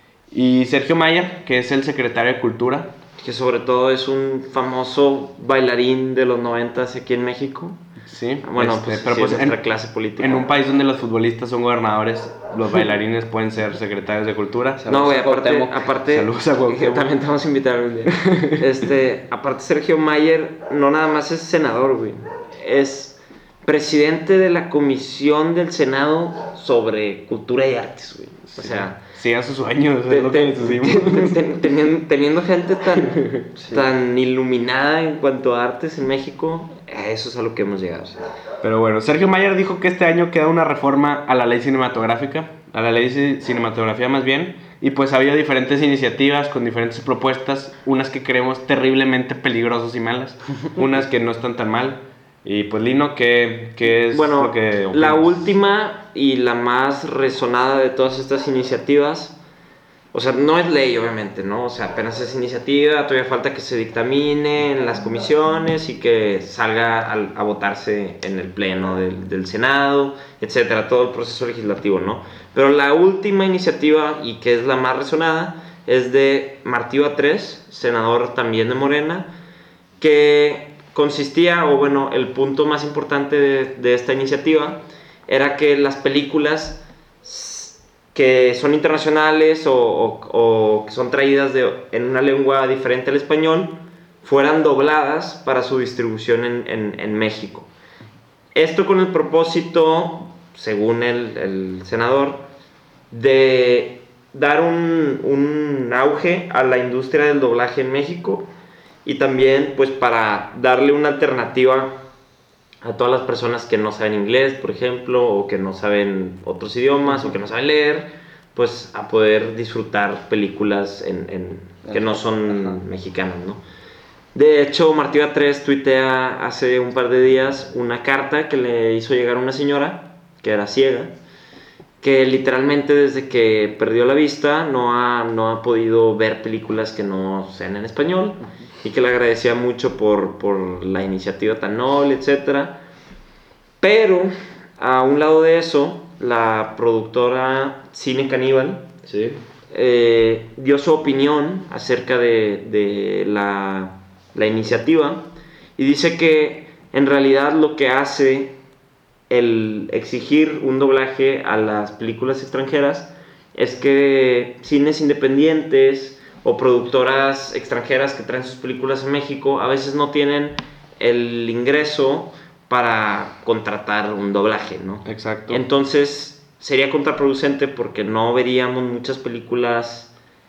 Y Sergio Mayer, que es el secretario de Cultura, Que sobre todo es un famoso bailarín de los noventas aquí en México. sí, Bueno, este, pues, pero sí, pues es en, nuestra clase política. en un país donde los futbolistas son gobernadores, los bailarines pueden ser secretarios de cultura. No, güey, Saludos a aparte, Cuauhtémoc. aparte Saludos a Cuauhtémoc. que también te vamos a invitar un día. Este, aparte Sergio Mayer no nada más es senador, güey. Es presidente de la comisión del Senado sobre cultura y artes, güey. O sea, Sigan sus sueños, te- es lo que te- necesitamos. te- te- teniendo, teniendo gente tan, tan iluminada en cuanto a artes en México, a eso es a lo que hemos llegado. Pero bueno, Sergio Mayer dijo que este año queda una reforma a la ley cinematográfica, a la ley de cinematografía más bien, y pues ha habido diferentes iniciativas con diferentes propuestas, unas que creemos terriblemente peligrosas y malas, unas que no están tan mal. Y pues Lino, ¿qué, qué es Bueno, lo que la opinas? última y la más resonada de todas estas iniciativas, o sea, no es ley obviamente, ¿no? O sea, apenas es iniciativa, todavía falta que se dictamine en las comisiones y que salga al- a, votarse en el pleno del, del Senado, etcétera, todo el proceso legislativo, ¿no? Pero la última iniciativa y que es la más resonada es de Martí Batres, senador también de Morena, que consistía, o bueno, el punto más importante de, de esta iniciativa era que las películas s- que son internacionales o, o- o que son traídas de, en una lengua diferente al español fueran dobladas para su distribución en, en- en México. Esto con el propósito, según el, el senador, de dar un, un auge a la industria del doblaje en México y también pues para darle una alternativa a todas las personas que no saben inglés, por ejemplo, o que no saben otros idiomas, o que no saben leer, pues a poder disfrutar películas en, en- que no son Ajá. mexicanas, ¿no? De hecho, Martí Batres tuitea hace un par de días una carta que le hizo llegar una señora que era ciega, que literalmente desde que perdió la vista no ha, no ha podido ver películas que no sean en español y que le agradecía mucho por, por la iniciativa tan noble, etcétera. Pero a un lado de eso, la productora Cine Caníbal Sí. eh, dio su opinión acerca de, de la, la iniciativa y dice que en realidad lo que hace el exigir un doblaje a las películas extranjeras es que cines independientes o productoras extranjeras que traen sus películas a México a veces no tienen el ingreso para contratar un doblaje, ¿no? Exacto. Entonces sería contraproducente porque no veríamos muchas películas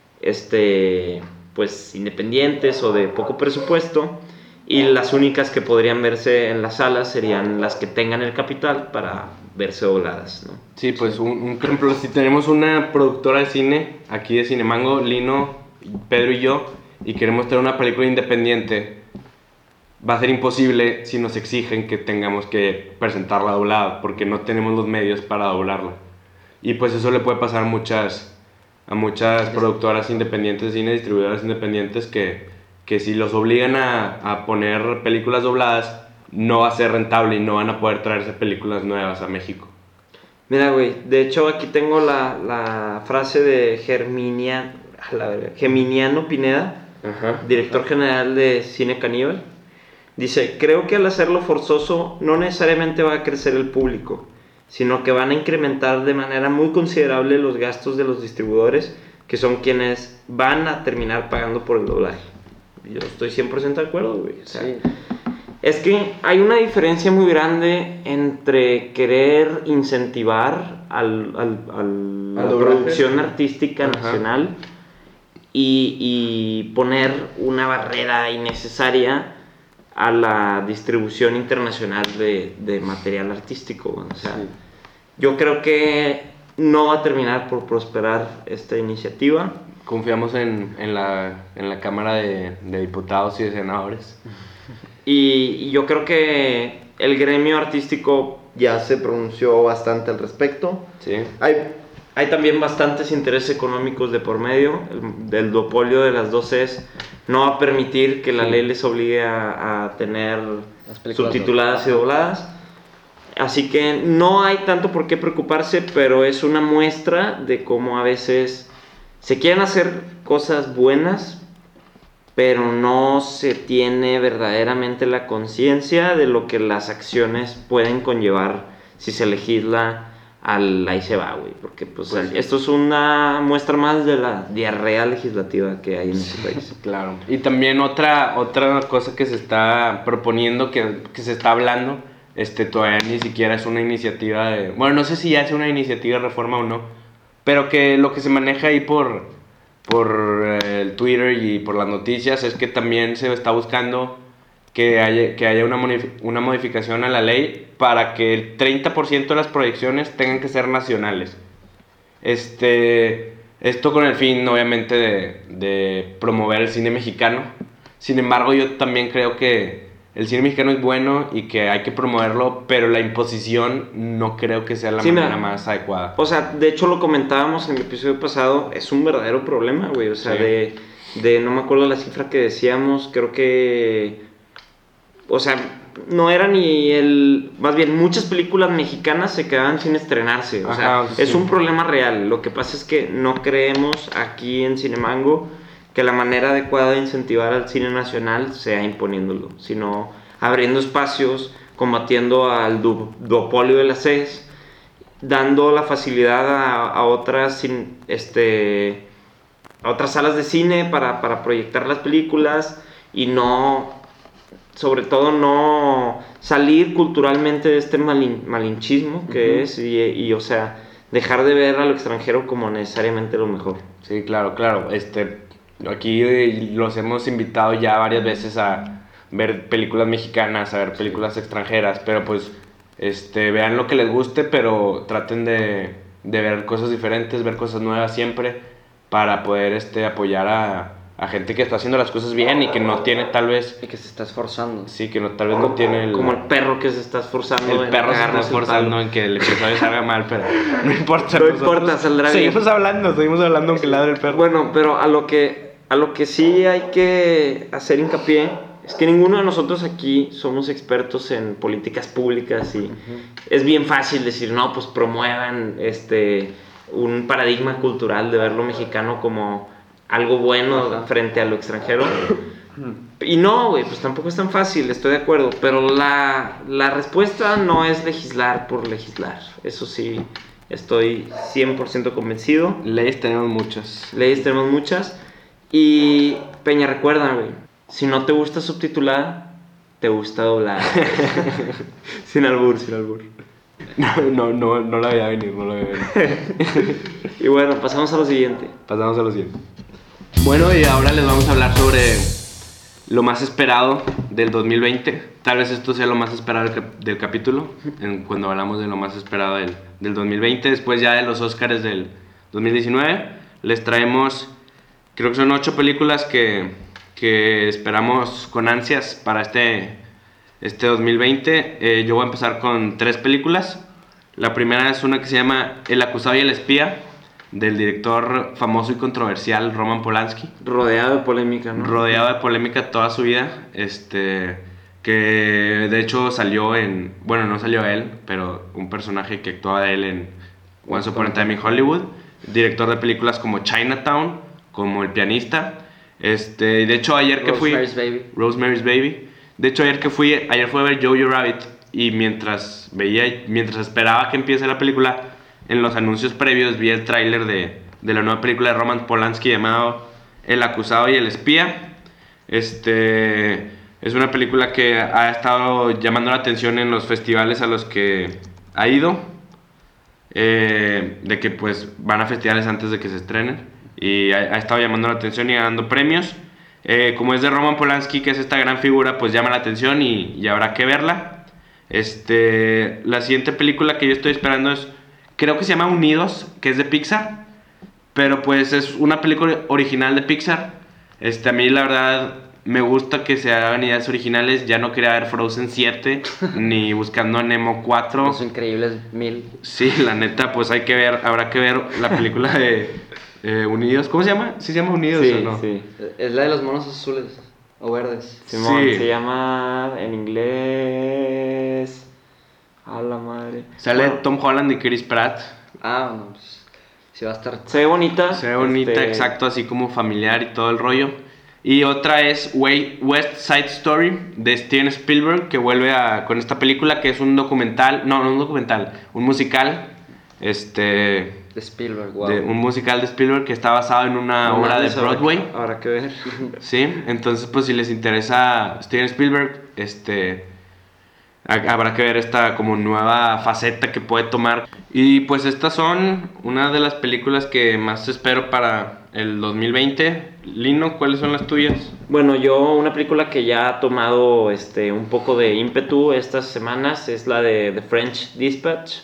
este, pues, independientes o de poco presupuesto, y las únicas que podrían verse en las salas serían las que tengan el capital para verse dobladas, ¿no? Sí, pues un, un ejemplo, si tenemos una productora de cine aquí de Cinemango, Lino, Pedro y yo, y queremos tener una película independiente, va a ser imposible si nos exigen que tengamos que presentarla doblada, porque no tenemos los medios para doblarla. Y pues eso le puede pasar a muchas, a muchas productoras independientes de cine, distribuidoras independientes, que, que si los obligan a, a poner películas dobladas, no va a ser rentable y no van a poder traerse películas nuevas a México. Mira, güey, de hecho aquí tengo la, la frase de Germinia, a la verga, Geminiano Pineda, Ajá. director general de Cine Caníbal. Dice, creo que al hacerlo forzoso no necesariamente va a crecer el público, sino que van a incrementar de manera muy considerable los gastos de los distribuidores, que son quienes van a terminar pagando por el doblaje. Yo estoy cien por ciento de acuerdo, güey. O sea, Sí. es que hay una diferencia muy grande entre querer incentivar al, al, al, ¿Al la doblaje? producción artística Ajá. nacional y, y poner una barrera innecesaria a la distribución internacional de, de material artístico, güey. O sea, Sí. yo creo que no va a terminar por prosperar esta iniciativa. Confiamos en, en, la, en la Cámara de, de Diputados y de Senadores. Y, y yo creo que el gremio artístico ya se pronunció bastante al respecto. Sí. Hay, hay también bastantes intereses económicos de por medio. El, del duopolio de las dos Cs no va a permitir que la Sí. ley les obligue a, a tener Las películas subtituladas y dobladas. Así que no hay tanto por qué preocuparse, pero es una muestra de cómo a veces se quieren hacer cosas buenas, pero no se tiene verdaderamente la conciencia de lo que las acciones pueden conllevar si se legisla al ahí se va, güey. Porque pues, Pues sí. esto es una muestra más de la diarrea legislativa que hay en este país. Claro. Y también otra, otra cosa que se está proponiendo, que, que se está hablando, este, todavía ni siquiera es una iniciativa de... Bueno, no sé si ya es una iniciativa de reforma o no, pero que lo que se maneja ahí por, por eh, el Twitter y por las noticias es que también se está buscando que haya, que haya una, monif- una modificación a la ley para que el treinta por ciento de las proyecciones tengan que ser nacionales. Este, esto con el fin, obviamente, de, de promover el cine mexicano. Sin embargo, yo también creo que el cine mexicano es bueno y que hay que promoverlo, pero la imposición no creo que sea la Sí, manera mira. más adecuada. O sea, de hecho lo comentábamos en el episodio pasado, es un verdadero problema, güey. O sea, Sí. de, de, no me acuerdo la cifra que decíamos, creo que... O sea, no era ni el... Más bien, muchas películas mexicanas se quedaban sin estrenarse. O sea, Ajá, sí. es un problema real. Lo que pasa es que no creemos aquí en Cinemango que la manera adecuada de incentivar al cine nacional sea imponiéndolo, sino abriendo espacios, combatiendo al du- duopolio de las Cs, dando la facilidad a, a otras cin- este, a otras salas de cine para, para proyectar las películas y no, sobre todo no salir culturalmente de este malin- malinchismo que Ujú. es y, y, o sea, dejar de ver a lo extranjero como necesariamente lo mejor. Sí, claro, claro. Este, aquí eh, los hemos invitado ya varias veces a ver películas mexicanas, a ver películas extranjeras, pero pues este, vean lo que les guste, pero traten de, de ver cosas diferentes, ver cosas nuevas siempre, para poder este, apoyar a, a gente que está haciendo las cosas bien y que no tiene tal vez, Y que se está esforzando. sí, que no, tal vez no tiene el... Como el perro que se está esforzando El en perro se está agarrarse el esforzando palo. en que el episodio salga mal, pero no importa. No nosotros importa, saldrá bien. Seguimos hablando, seguimos hablando aunque ladre el perro. Bueno, pero a lo que a lo que sí hay que hacer hincapié es que ninguno de nosotros aquí somos expertos en políticas públicas y es bien fácil decir, no, pues promuevan este un paradigma cultural de ver lo mexicano como algo bueno Ajá. frente a lo extranjero. Y no, güey, pues tampoco es tan fácil, estoy de acuerdo. Pero la, la respuesta no es legislar por legislar. Eso sí, Estoy cien por ciento convencido. Leyes tenemos muchas. Leyes tenemos muchas. Y Peña, recuerda, güey, si no te gusta subtitulada, te gusta doblada. Sin albur, sin albur. No, no, no, no la veía venir, no la veía venir. Y bueno, pasamos a lo siguiente. Pasamos a lo siguiente. Bueno, y ahora les vamos a hablar sobre lo más esperado del dos mil veinte. Tal vez esto sea lo más esperado del, cap- del capítulo, en, cuando hablamos de lo más esperado del, del dos mil veinte. Después ya de los Oscars del dos mil diecinueve, les traemos, creo que son ocho películas que, que esperamos con ansias para este, este dos mil veinte. Eh, yo voy a empezar con tres películas. La primera es una que se llama El acusado y el espía, del director famoso y controversial Roman Polanski. Rodeado de polémica, ¿no? Rodeado de polémica toda su vida, este, que de hecho salió en, bueno, no salió él, pero un personaje que actuaba de él en Once Upon a Time in Hollywood, director de películas como Chinatown, como El pianista, este, de hecho ayer que fui... Rosemary's Baby. Rosemary's Baby. De hecho ayer que fui, ayer fui a ver Jojo Rabbit y mientras veía, mientras esperaba que empiece la película, en los anuncios previos vi el tráiler de, de la nueva película de Roman Polanski llamado El acusado y el espía. Este es una película que ha estado llamando la atención en los festivales a los que ha ido, eh, de que pues van a festivales antes de que se estrenen, y ha, ha estado llamando la atención y ganando premios. Eh, como es de Roman Polanski, que es esta gran figura, pues llama la atención y, y habrá que verla. Este, la siguiente película que yo estoy esperando es, creo que se llama Unidos, que es de Pixar, pero pues es una película original de Pixar. Este, a mí la verdad me gusta que se hagan ideas originales. Ya no quería ver Frozen siete ni Buscando a Nemo cuatro. Los Increíbles mil. Sí, la neta, pues hay que ver, habrá que ver la película de eh, Unidos. ¿Cómo se llama? ¿Sí se llama Unidos Sí, o no? sí. Es la de los monos azules o verdes. Simón, Sí. se llama en inglés... A la madre. Sale Bueno, Tom Holland y Chris Pratt. Ah, bueno, pues sí va a estar. se ve bonita. Se ve bonita, este, exacto, así como familiar y todo el rollo. Y otra es Way- West Side Story de Steven Spielberg, que vuelve a, con esta película, que es un documental, no, no un documental, un musical, este, De Spielberg, wow. de, un musical de Spielberg que está basado en una no obra de mames, habrá que- Broadway. Habrá que ver. Sí, entonces pues si les interesa Steven Spielberg, este, ha- habrá que ver esta como nueva faceta que puede tomar. Y pues estas son una de las películas que más espero para el dos mil veinte. Lino, ¿cuáles son las tuyas? Bueno, yo una película que ya ha tomado este, un poco de ímpetu estas semanas es la de The French Dispatch,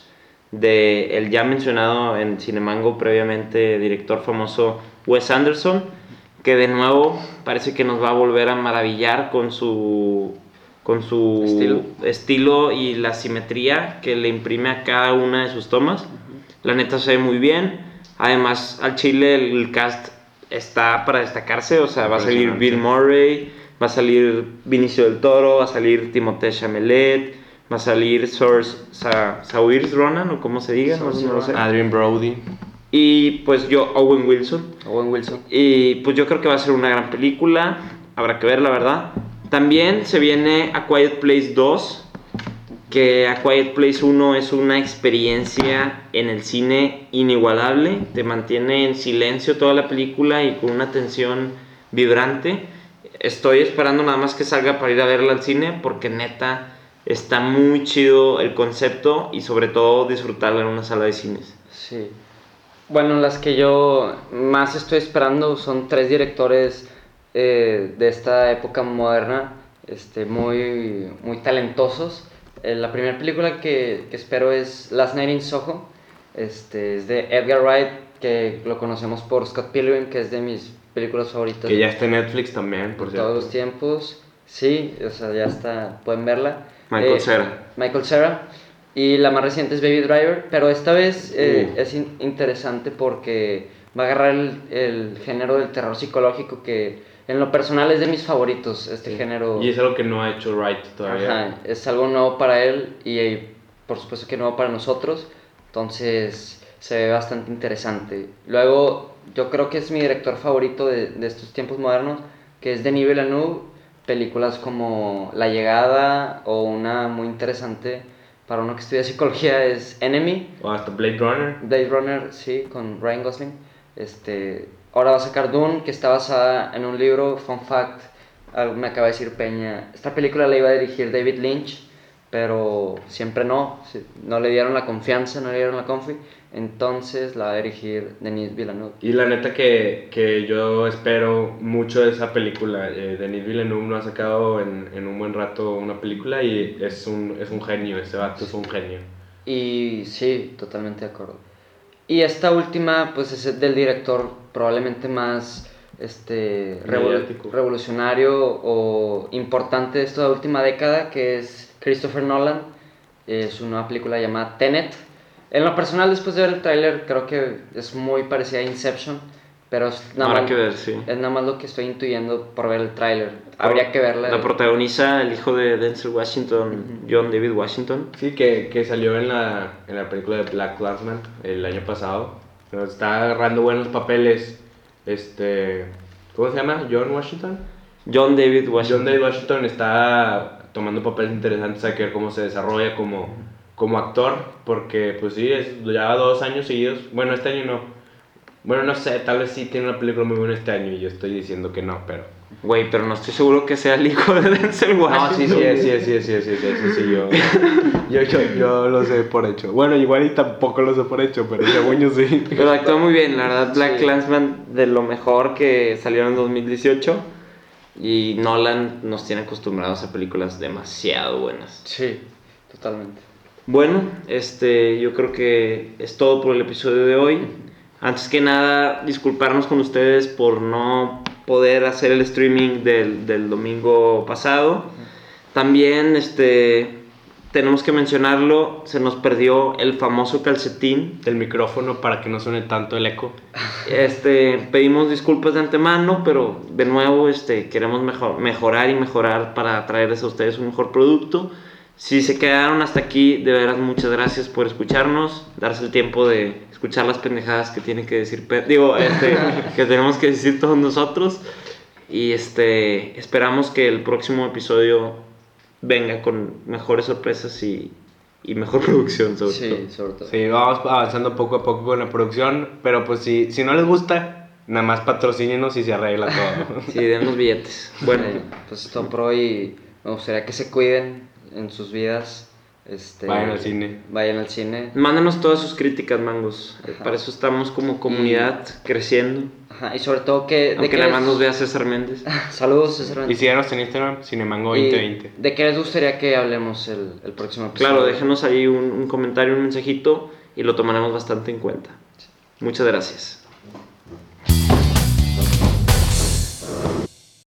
de el ya mencionado en Cinemango previamente director famoso Wes Anderson, que de nuevo parece que nos va a volver a maravillar con su con su Estilo. estilo y la simetría que le imprime a cada una de sus tomas. La neta se ve muy bien. Además, al chile el cast está para destacarse, o sea, va a salir Impresionante. Bill Murray, va a salir Vinicio del Toro, va a salir Timothée Chalamet, va a salir Saoirse Sa- Saoirse Ronan, o como se diga, no, sé, no lo sé. Adrien Brody. Y pues yo, Owen Wilson. Owen Wilson. Y pues yo creo que va a ser una gran película, habrá que ver, la verdad. También se viene A Quiet Place dos, que A Quiet Place uno es una experiencia en el cine inigualable, te mantiene en silencio toda la película y con una tensión vibrante. Estoy esperando nada más que salga para ir a verla al cine, porque neta está muy chido el concepto y sobre todo disfrutarla en una sala de cines. Sí. Bueno, las que yo más estoy esperando son tres directores eh, de esta época moderna, este, muy, muy talentosos. Eh, la primera película que, que espero es Last Night in Soho. Este, es de Edgar Wright, que lo conocemos por Scott Pilgrim, que es de mis películas favoritas Que ya está en Netflix también, por de cierto. todos los tiempos. Sí, o sea, ya está, pueden verla. Michael Eh, Cera. Michael Cera. Y la más reciente es Baby Driver, pero esta vez eh, Uh. es in- interesante porque va a agarrar el, el género del terror psicológico, que en lo personal es de mis favoritos, este género. Y es algo que no ha hecho Wright todavía. Ajá, es algo nuevo para él y eh, por supuesto que nuevo para nosotros, entonces se ve bastante interesante. Luego, yo creo que es mi director favorito de, de estos tiempos modernos, que es Denis Villeneuve. Películas como La Llegada o una muy interesante para uno que estudia psicología es Enemy. O hasta Blade Runner. Blade Runner, sí, con Ryan Gosling. Este, ahora va a sacar Dune, que está basada en un libro. Fun fact, algo me acaba de decir Peña. Esta película la iba a dirigir David Lynch, pero siempre no. No le dieron la confianza, no le dieron la confi. Entonces la va a dirigir Denis Villeneuve. Y la neta que, que yo espero mucho de esa película. Eh, Denis Villeneuve no ha sacado en, en un buen rato una película y es un, es un genio, ese vato es un genio. Y sí, totalmente de acuerdo. Y esta última, pues es del director probablemente más este, revol- revolucionario o importante de esta última década, que es Christopher Nolan. Eh, su nueva película llamada Tenet. En lo personal, después de ver el tráiler, creo que es muy parecida a Inception, pero es nada, Habrá más, que ver, sí. es nada más lo que estoy intuyendo por ver el tráiler. Habría que verla. La protagoniza el hijo de Denzel Washington, uh-huh. John David Washington. Sí, que, que salió en la, en la película de Black Klansman el año pasado. Pero está agarrando buenos papeles. Este, ¿cómo se llama? John Washington. John David Washington. John David Washington está tomando papeles interesantes, hay que ver cómo se desarrolla como, como actor, porque pues sí, es, ya dos años seguidos, bueno, este año no, bueno, no sé, tal vez sí tiene una película muy buena este año y yo estoy diciendo que no, pero... Güey, pero no estoy seguro que sea el hijo de Denzel Washington. No, sí, sí, sí, sí, sí, sí, sí, eso sí, yo, yo, yo, yo lo sé por hecho. Bueno, igual y tampoco lo sé por hecho, pero según yo sí. Pero actúa muy bien, la verdad, Black sí. Klansman de lo mejor que salió en dos mil dieciocho. Y Nolan nos tiene acostumbrados a películas demasiado buenas. Sí, totalmente. Bueno, este, yo creo que es todo por el episodio de hoy. Antes que nada, disculparnos con ustedes por no poder hacer el streaming del, del domingo pasado. También, este, tenemos que mencionarlo, se nos perdió el famoso calcetín del micrófono para que no suene tanto el eco. Este, pedimos disculpas de antemano, pero de nuevo este, queremos mejor, mejorar y mejorar para traerles a ustedes un mejor producto. Si se quedaron hasta aquí, de veras muchas gracias por escucharnos, darse el tiempo de escuchar las pendejadas que tienen que decir, digo, este, que tenemos que decir todos nosotros. Y este, esperamos que el próximo episodio venga con mejores sorpresas y, y mejor producción, sobre sí, todo. sobre todo. Sí, vamos avanzando poco a poco con la producción, pero pues si, si no les gusta, nada más patrocínenos y se arregla todo. Sí, dennos billetes. Bueno, sí, pues esto por hoy. Me gustaría que se cuiden en sus vidas. Este, vayan al cine. Vayan al cine. Mándenos todas sus críticas, mangos. Ajá. Para eso estamos como comunidad y, creciendo. Ajá, y sobre todo que... Aunque nada más nos vea César Méndez. Saludos, César Méndez. Y síganos en Instagram, Cinemango veinte veinte. ¿De qué les gustaría que hablemos el, el próximo episodio? Claro, déjenos ahí un, un comentario, un mensajito y lo tomaremos bastante en cuenta. Sí. Muchas gracias.